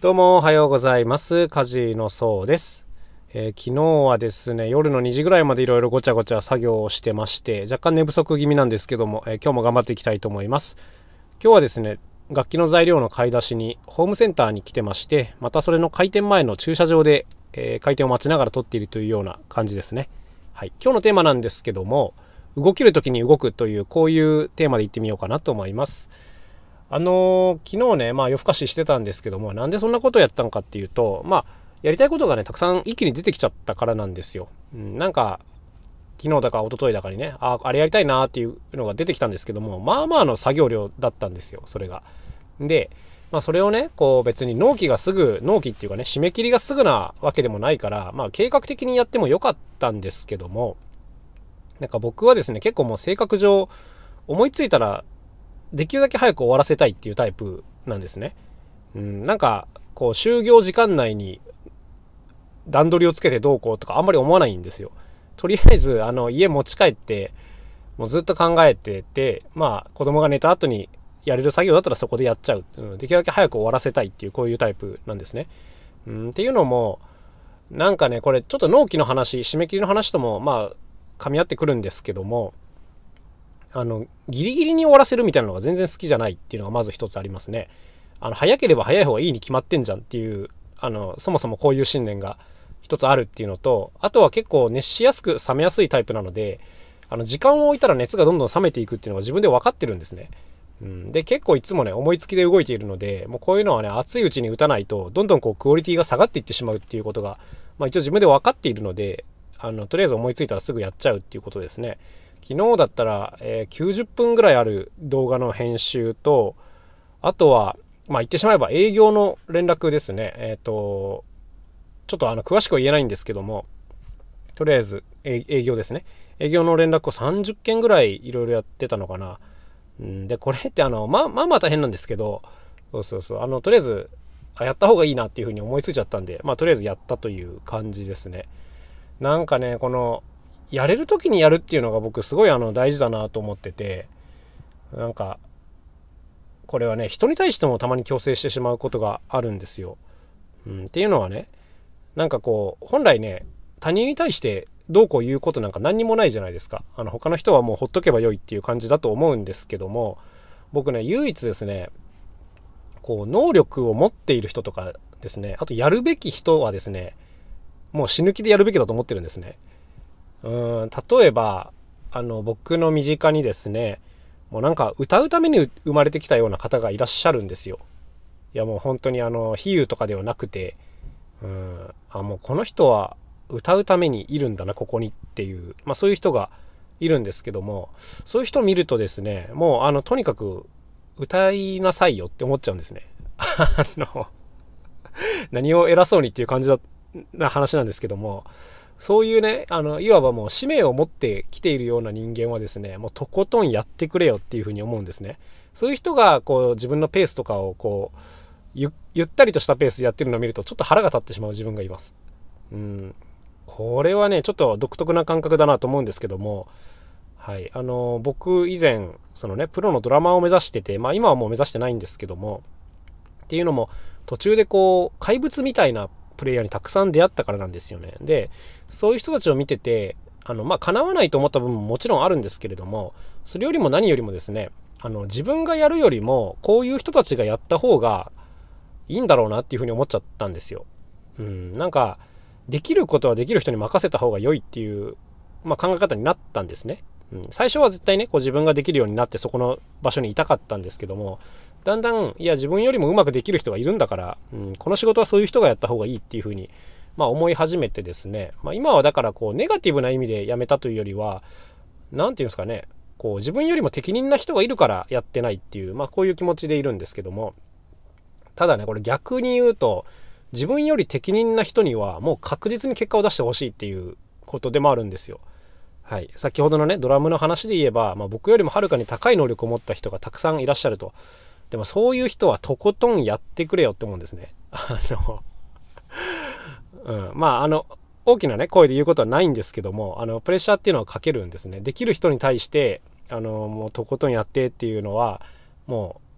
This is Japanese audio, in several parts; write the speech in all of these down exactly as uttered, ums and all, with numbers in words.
どうもおはようございます。カジのそうです。えー昨日はですね、夜のにじぐらいまでいろいろごちゃごちゃ作業をしてまして、若干寝不足気味なんですけども、えー今日も頑張っていきたいと思います。今日はですね、楽器の材料の買い出しにホームセンターに来てまして、またそれの開店前の駐車場で、えー開店を待ちながら撮っているというような感じですね。はい、今日のテーマなんですけども、動ける時に動くというこういうテーマでいってみようかなと思います。あのー昨日ね、まあ夜更かししてたんですけども、なんでそんなことをやったのかっていうと、まあ、やりたいことがね、たくさん一気に出てきちゃったからなんですよ。うん、なんか、昨日だか一昨日だかにね、あ、あれやりたいなっていうのが出てきたんですけども、まあまあの作業量だったんですよ、それが。で、まあそれをね、こう別に納期がすぐ、納期っていうかね、締め切りがすぐなわけでもないから、まあ計画的にやってもよかったんですけども、なんか僕はですね、結構もう性格上、思いついたらできるだけ早く終わらせたいっていうタイプなんですね。うん、なんか、こう、就業時間内に段取りをつけてどうこうとかあんまり思わないんですよ。とりあえず、あの、家持ち帰って、もうずっと考えてて、まあ、子供が寝た後にやれる作業だったらそこでやっちゃう。うん、できるだけ早く終わらせたいっていう、こういうタイプなんですね。うん、っていうのも、なんかね、これちょっと納期の話、締め切りの話とも、まあ、噛み合ってくるんですけども、あの、ギリギリに終わらせるみたいなのが全然好きじゃないっていうのがまず一つありますね。あの、早ければ早い方がいいに決まってんじゃんっていう、あの、そもそもこういう信念が一つあるっていうのと、あとは結構熱しやすく冷めやすいタイプなので、あの、時間を置いたら熱がどんどん冷めていくっていうのが自分で分かってるんですね。うん、で、結構いつもね、思いつきで動いているので、もうこういうのはね、熱いうちに打たないと、どんどんこう、クオリティが下がっていってしまうっていうことが、まあ一応自分で分かっているので、あの、とりあえず思いついたらすぐやっちゃうっていうことですね。昨日だったら、えーきゅうじゅっぷんぐらいある動画の編集と、あとは、まあ言ってしまえば営業の連絡ですね。えっ、と、ちょっとあの詳しくは言えないんですけども、とりあえず営業ですね。営業の連絡をさんじゅっけんぐらいいろいろやってたのかな。うんで、これってあの、まあまあまあ大変なんですけど、そうそうそう、あの、とりあえず、あやった方がいいなっていうふうに思いついちゃったんで、まあとりあえずやったという感じですね。なんかね、この、やれる時にやるっていうのが僕すごいあの大事だなと思ってて、なんか、これはね、人に対してもたまに強制してしまうことがあるんですよ。うん、っていうのはね、なんかこう、本来ね、他人に対してどうこう言うことなんか何にもないじゃないですか。あの、他の人はもうほっとけばよいっていう感じだと思うんですけども、僕ね、唯一ですね、こう、能力を持っている人とかですね、あとやるべき人はですね、もう死ぬ気でやるべきだと思ってるんですね。うーん、例えば、あの、僕の身近にですね、もうなんか歌うために生まれてきたような方がいらっしゃるんですよ。いやもう本当にあの、比喩とかではなくて、うーん、あ、もうこの人は歌うためにいるんだな、ここにっていう、まあそういう人がいるんですけども、そういう人を見るとですね、もうあの、とにかく歌いなさいよって思っちゃうんですね。あの、何を偉そうにっていう感じな話なんですけども、そういうね、あの、いわばもう使命を持ってきているような人間はですね、もうとことんやってくれよっていうふうに思うんですね。そういう人が、こう、自分のペースとかを、こう、ゆゆったりとしたペースでやってるのを見ると、ちょっと腹が立ってしまう自分がいます。うん。これはね、ちょっと独特な感覚だなと思うんですけども、はい。あの、僕以前、そのね、プロのドラマーを目指してて、まあ今はもう目指してないんですけども、っていうのも、途中でこう、怪物みたいなプレイヤーにたくさん出会ったからなんですよね。で、そういう人たちを見てて、あの、まあ、叶わないと思った部分ももちろんあるんですけれども、それよりも何よりもですね、あの、自分がやるよりも、こういう人たちがやった方がいいんだろうなっていうふうに思っちゃったんですよ。うん、なんか、できることはできる人に任せた方が良いっていう、まあ、考え方になったんですね。うん、最初は絶対ね、こう自分ができるようになってそこの場所にいたかったんですけども、だんだん、いや、自分よりもうまくできる人がいるんだから、うん、この仕事はそういう人がやった方がいいっていうふうに、まあ、思い始めてですね、まあ、今はだからこう、ネガティブな意味でやめたというよりは、なんていうんですかね、こう、自分よりも適任な人がいるからやってないっていう、まあ、こういう気持ちでいるんですけども、ただね、これ逆に言うと、自分より適任な人にはもう確実に結果を出してほしいっていうことでもあるんですよ。はい。先ほどのね、ドラムの話で言えば、まあ、僕よりもはるかに高い能力を持った人がたくさんいらっしゃると。でもそういう人はとことんやってくれよって思うんですね。あの、うん。まあ、あの、大きなね、声で言うことはないんですけども、あの、プレッシャーっていうのはかけるんですね。できる人に対して、あの、もうとことんやってっていうのは、もう、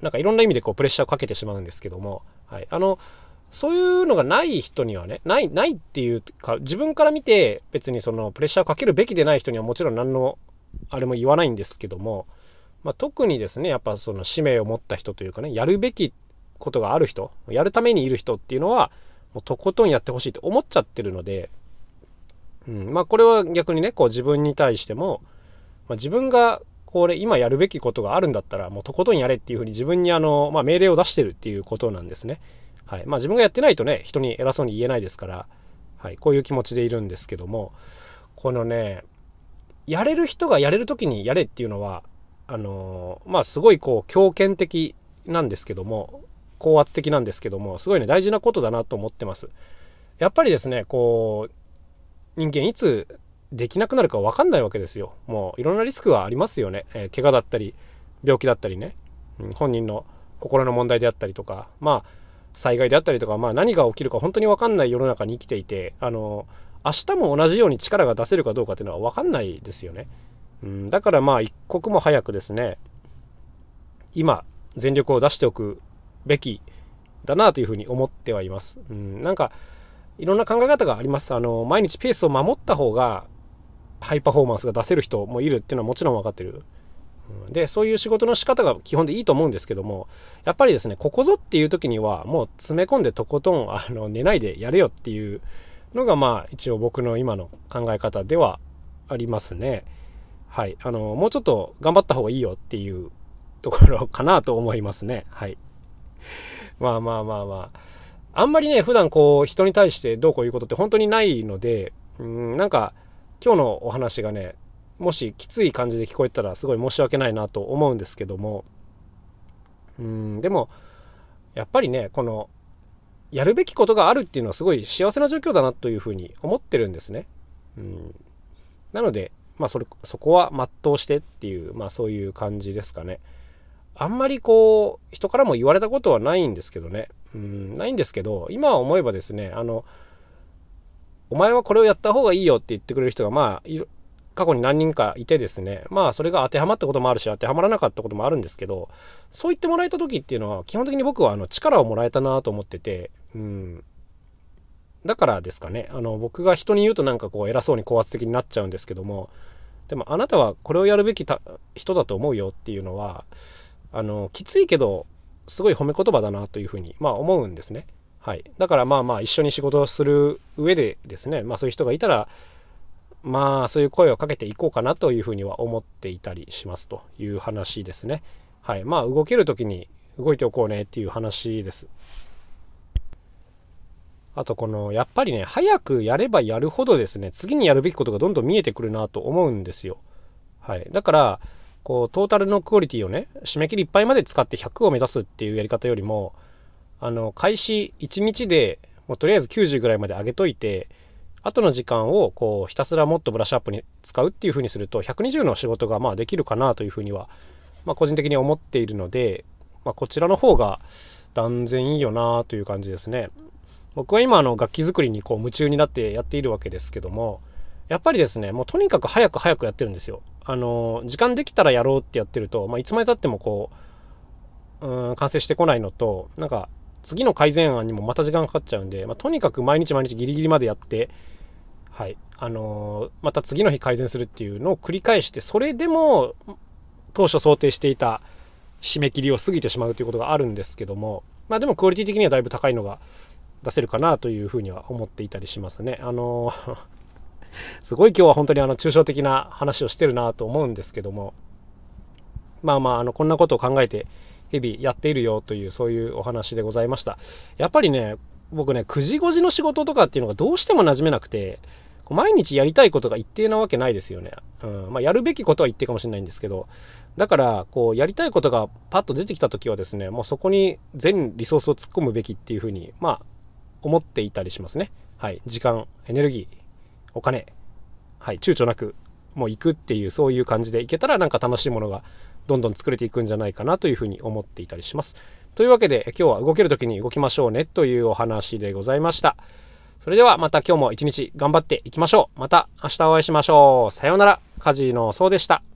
なんかいろんな意味でこうプレッシャーをかけてしまうんですけども、はい、あのそういうのがない人にはね、ないないっていうか、自分から見て別にそのプレッシャーをかけるべきでない人にはもちろん何のあれも言わないんですけども、まあ、特にですね、やっぱその使命を持った人というかね、やるべきことがある人、やるためにいる人っていうのはもうとことんやってほしいって思っちゃってるので、うん、まあこれは逆にね、こう自分に対しても、まあ、自分がこれ今やるべきことがあるんだったらもうとことんやれっていうふうに自分にあの、まあ、命令を出してるっていうことなんですね。はい。まあ自分がやってないとね、人に偉そうに言えないですから、はい、こういう気持ちでいるんですけども、このね、やれる人がやれるときにやれっていうのは、あのーまあすごいこう強権的なんですけども、高圧的なんですけども、すごいね大事なことだなと思ってます。やっぱりですね、こう人間いつできなくなるか分かんないわけですよ。もういろんなリスクがありますよね。えー、怪我だったり病気だったりね、うん、本人の心の問題であったりとか、まあ災害であったりとか、まあ何が起きるか本当に分かんない世の中に生きていて、あの明日も同じように力が出せるかどうかっていうのは分かんないですよね。うん、だからまあ一刻も早くですね、今全力を出しておくべきだなというふうに思ってはいます。うん、なんかいろんな考え方があります。あの毎日ペースを守った方がハイパフォーマンスが出せる人もいるっていうのはもちろん分かってる。で、そういう仕事の仕方が基本でいいと思うんですけども、やっぱりですね、ここぞっていう時にはもう詰め込んでとことんあの寝ないでやれよっていうのがまあ一応僕の今の考え方ではありますね。はい。あの、もうちょっと頑張った方がいいよっていうところかなと思いますね。はい。まあまあまあまあ。あんまりね、普段こう人に対してどうこういうことって本当にないので、うん、なんか今日のお話がね、もしきつい感じで聞こえたらすごい申し訳ないなと思うんですけども、うん、でもやっぱりね、このやるべきことがあるっていうのはすごい幸せな状況だなというふうに思ってるんですね。うん、なので、まあそれ、そこは全うしてっていう、まあそういう感じですかね。あんまりこう、人からも言われたことはないんですけどね。うん、ないんですけど、今思えばですね、あの、お前はこれをやった方がいいよって言ってくれる人が、まあ、過去に何人かいてですね、まあ、それが当てはまったこともあるし、当てはまらなかったこともあるんですけど、そう言ってもらえた時っていうのは、基本的に僕はあの力をもらえたなと思ってて、うん、だからですかね、あの、僕が人に言うとなんかこう、偉そうに高圧的になっちゃうんですけども、でもあなたはこれをやるべき人だと思うよっていうのは、あの、きついけど、すごい褒め言葉だなというふうに、まあ思うんですね。はい。だからまあまあ一緒に仕事をする上でですね、まあそういう人がいたら、まあそういう声をかけていこうかなというふうには思っていたりしますという話ですね。はい。まあ動けるときに動いておこうねっていう話です。あとこの、やっぱりね、早くやればやるほどですね、次にやるべきことがどんどん見えてくるなと思うんですよ。はい。だから、こう、トータルのクオリティをね、締め切りいっぱいまで使ってひゃくを目指すっていうやり方よりも、あの、開始いちにちでもうとりあえずきゅうじゅうぐらいまで上げといて、後の時間をこうひたすらもっとブラッシュアップに使うっていう風にするとひゃくにじゅうの仕事がまあできるかなという風には、まあ、個人的に思っているので、まあ、こちらの方が断然いいよなという感じですね。僕は今あの楽器作りにこう夢中になってやっているわけですけども、やっぱりですね、もうとにかく早く早くやってるんですよ。あの時間できたらやろうってやってると、まあ、いつまでたってもこう、うん、完成してこないのと、なんか次の改善案にもまた時間かかっちゃうんで、まあ、とにかく毎日毎日ギリギリまでやって、はい、あのーまた次の日改善するっていうのを繰り返して、それでも当初想定していた締め切りを過ぎてしまうということがあるんですけども、まあでもクオリティ的にはだいぶ高いのが出せるかなというふうには思っていたりしますね。あのーすごい今日は本当にあの抽象的な話をしてるなと思うんですけども、まあまあ、あのこんなことを考えて日々やっているよという、そういうお話でございました。やっぱりね、僕ね、くじごじの仕事とかっていうのがどうしても馴染めなくて、毎日やりたいことが一定なわけないですよね。うん、まあ、やるべきことは一定かもしれないんですけど、だから、こう、やりたいことがパッと出てきたときはですね、もうそこに全リソースを突っ込むべきっていうふうに、まあ、思っていたりしますね。はい。時間、エネルギー、お金、はい。躊躇なく、もう行くっていう、そういう感じでいけたら、なんか楽しいものがどんどん作れていくんじゃないかなというふうに思っていたりします。というわけで、今日は動けるときに動きましょうねというお話でございました。それではまた今日も一日頑張っていきましょう。また明日お会いしましょう。さようなら。カジノそうでした。